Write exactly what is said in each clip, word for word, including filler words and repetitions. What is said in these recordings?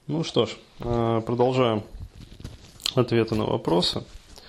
Ну что ж, продолжаем ответы на вопросы.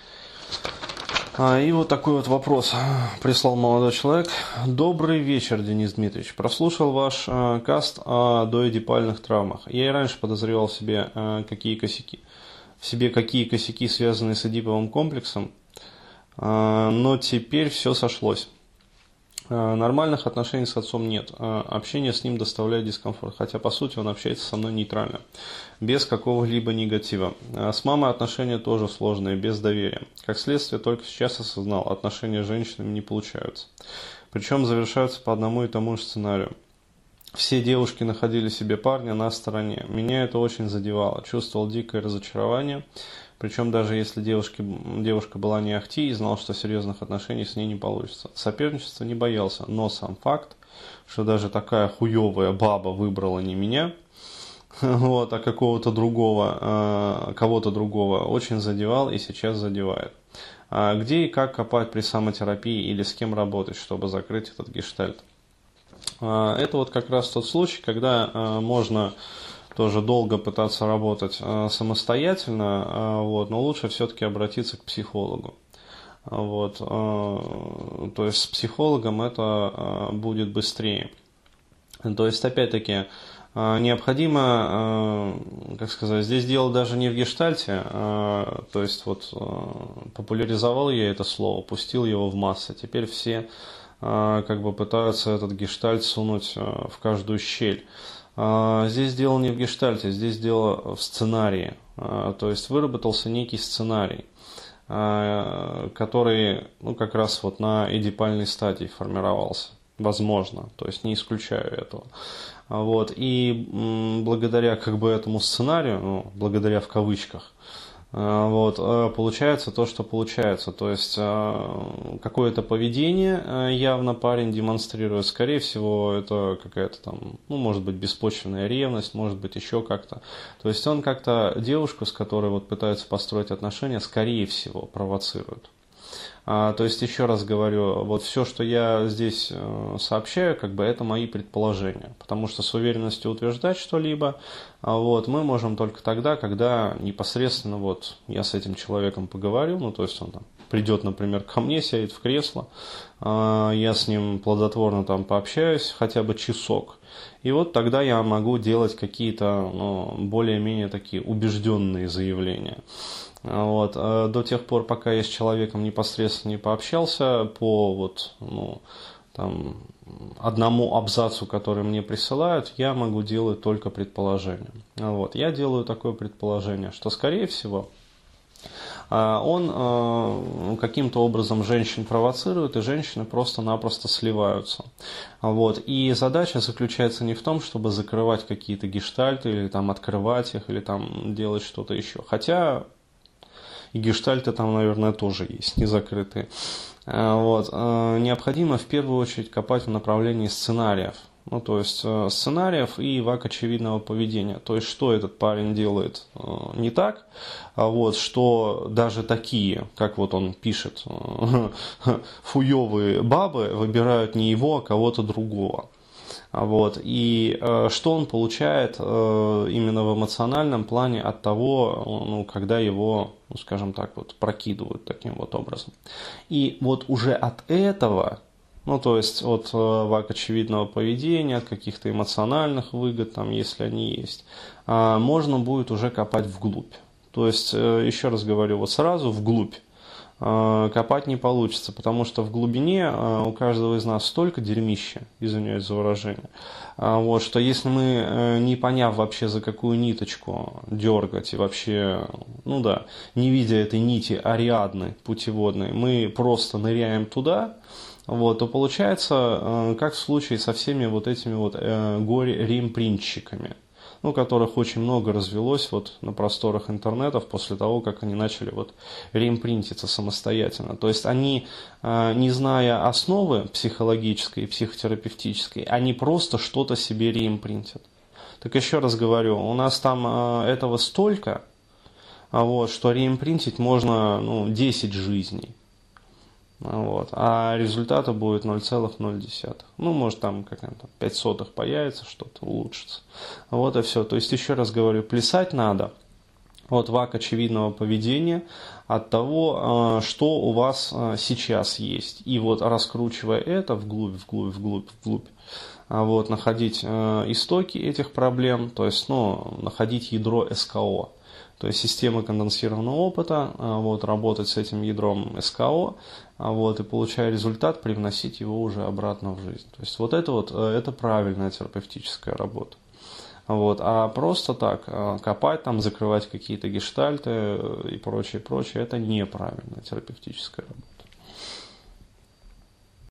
И вот такой вот вопрос прислал молодой человек. Добрый вечер, Денис Дмитриевич. Прослушал ваш каст о доэдипальных травмах. Я и раньше подозревал в себе какие косяки, в себе какие косяки, связанные с эдиповым комплексом, но теперь все сошлось. Нормальных отношений с отцом нет. Общение с ним доставляет дискомфорт, хотя по сути он общается со мной нейтрально, без какого-либо негатива. С мамой отношения тоже сложные, без доверия. Как следствие, только сейчас осознал, отношения с женщинами не получаются. Причем завершаются по одному и тому же сценарию. Все девушки находили себе парня на стороне. Меня это очень задевало. Чувствовал дикое разочарование. Причем даже если девушки, девушка была не ахти и знал, что серьезных отношений с ней не получится. Соперничества не боялся, но сам факт, что даже такая хуевая баба выбрала не меня, вот, а какого-то другого, кого-то другого, очень задевал и сейчас задевает. Где и как копать при самотерапии или с кем работать, чтобы закрыть этот гештальт? Это вот как раз тот случай, когда можно тоже долго пытаться работать э, самостоятельно, э, вот, но лучше все-таки обратиться к психологу. Вот, э, то есть с психологом это э, будет быстрее. То есть, опять-таки, э, необходимо, э, как сказать, здесь дело даже не в гештальте, э, то есть вот э, популяризовал я это слово, пустил его в массы, теперь все э, как бы пытаются этот гештальт сунуть э, в каждую щель. Здесь дело не в гештальте, здесь дело в сценарии. То есть выработался некий сценарий, который ну, как раз вот на эдипальной стадии формировался. Возможно, то есть не исключаю этого. Вот. И благодаря как бы этому сценарию, ну, благодаря в кавычках, вот, получается то, что получается. То есть какое-то поведение явно парень демонстрирует. Скорее всего, это какая-то там, ну, может быть, беспочвенная ревность, может быть, еще как-то. То есть он как-то девушку, с которой вот пытается построить отношения, скорее всего, провоцирует. А, то есть, еще раз говорю, вот все, что я здесь э, сообщаю, как бы это мои предположения. Потому что с уверенностью утверждать что-либо а, вот, мы можем только тогда, когда непосредственно вот я с этим человеком поговорю, ну то есть он там придет, например, ко мне, сядет в кресло, э, я с ним плодотворно там пообщаюсь хотя бы часок. И вот тогда я могу делать какие-то ну, более-менее такие убежденные заявления. Вот. До тех пор, пока я с человеком непосредственно не пообщался по вот, ну, там, одному абзацу, который мне присылают, я могу делать только предположение. Вот. Я делаю такое предположение, что, скорее всего, он каким-то образом женщин провоцирует, и женщины просто-напросто сливаются. Вот. И задача заключается не в том, чтобы закрывать какие-то гештальты, или там, открывать их, или там, делать что-то еще. Хотя и гештальты там, наверное, тоже есть, не закрытые. Вот. Необходимо в первую очередь копать в направлении сценариев. Ну, то есть сценариев и вак очевидного поведения. То есть, что этот парень делает не так, а вот, что даже такие, как вот он пишет, фуевые бабы выбирают не его, а кого-то другого. Вот. И э, что он получает э, именно в эмоциональном плане от того, ну, когда его, ну, скажем так, вот, прокидывают таким вот образом. И вот уже от этого, ну, то есть от э, вак очевидного поведения, от каких-то эмоциональных выгод, там, если они есть, э, можно будет уже копать вглубь. То есть, э, еще раз говорю, вот сразу вглубь копать не получится, потому что в глубине у каждого из нас столько дерьмища, извиняюсь за выражение, вот, что если мы, не поняв вообще за какую ниточку дергать и вообще, ну да, не видя этой нити Ариадны путеводной, мы просто ныряем туда, вот, то получается, как в случае со всеми вот этими вот горе-ремпринтщиками, ну, которых очень много развелось вот на просторах интернетов после того, как они начали вот реимпринтиться самостоятельно. То есть они, не зная основы психологической и психотерапевтической, они просто что-то себе реимпринтят. Так еще раз говорю, у нас там этого столько, вот, что реимпринтить можно ну, десять жизней. Вот. А результата будет ноль целых ноль десятых. Ну, может, там как-то пять сотых появится, что-то улучшится. Вот и все. То есть, еще раз говорю, плясать надо от ваг очевидного поведения, от того, что у вас сейчас есть. И вот раскручивая это вглубь, вглубь, вглубь, вглубь, вот, находить истоки этих проблем, то есть, ну, находить ядро эс ка о. То есть системы конденсированного опыта, вот, работать с этим ядром эс ка о, вот, и получая результат, привносить его уже обратно в жизнь. То есть вот это вот, это правильная терапевтическая работа. Вот, а просто так копать, там, закрывать какие-то гештальты и прочее, прочее, это неправильная терапевтическая работа.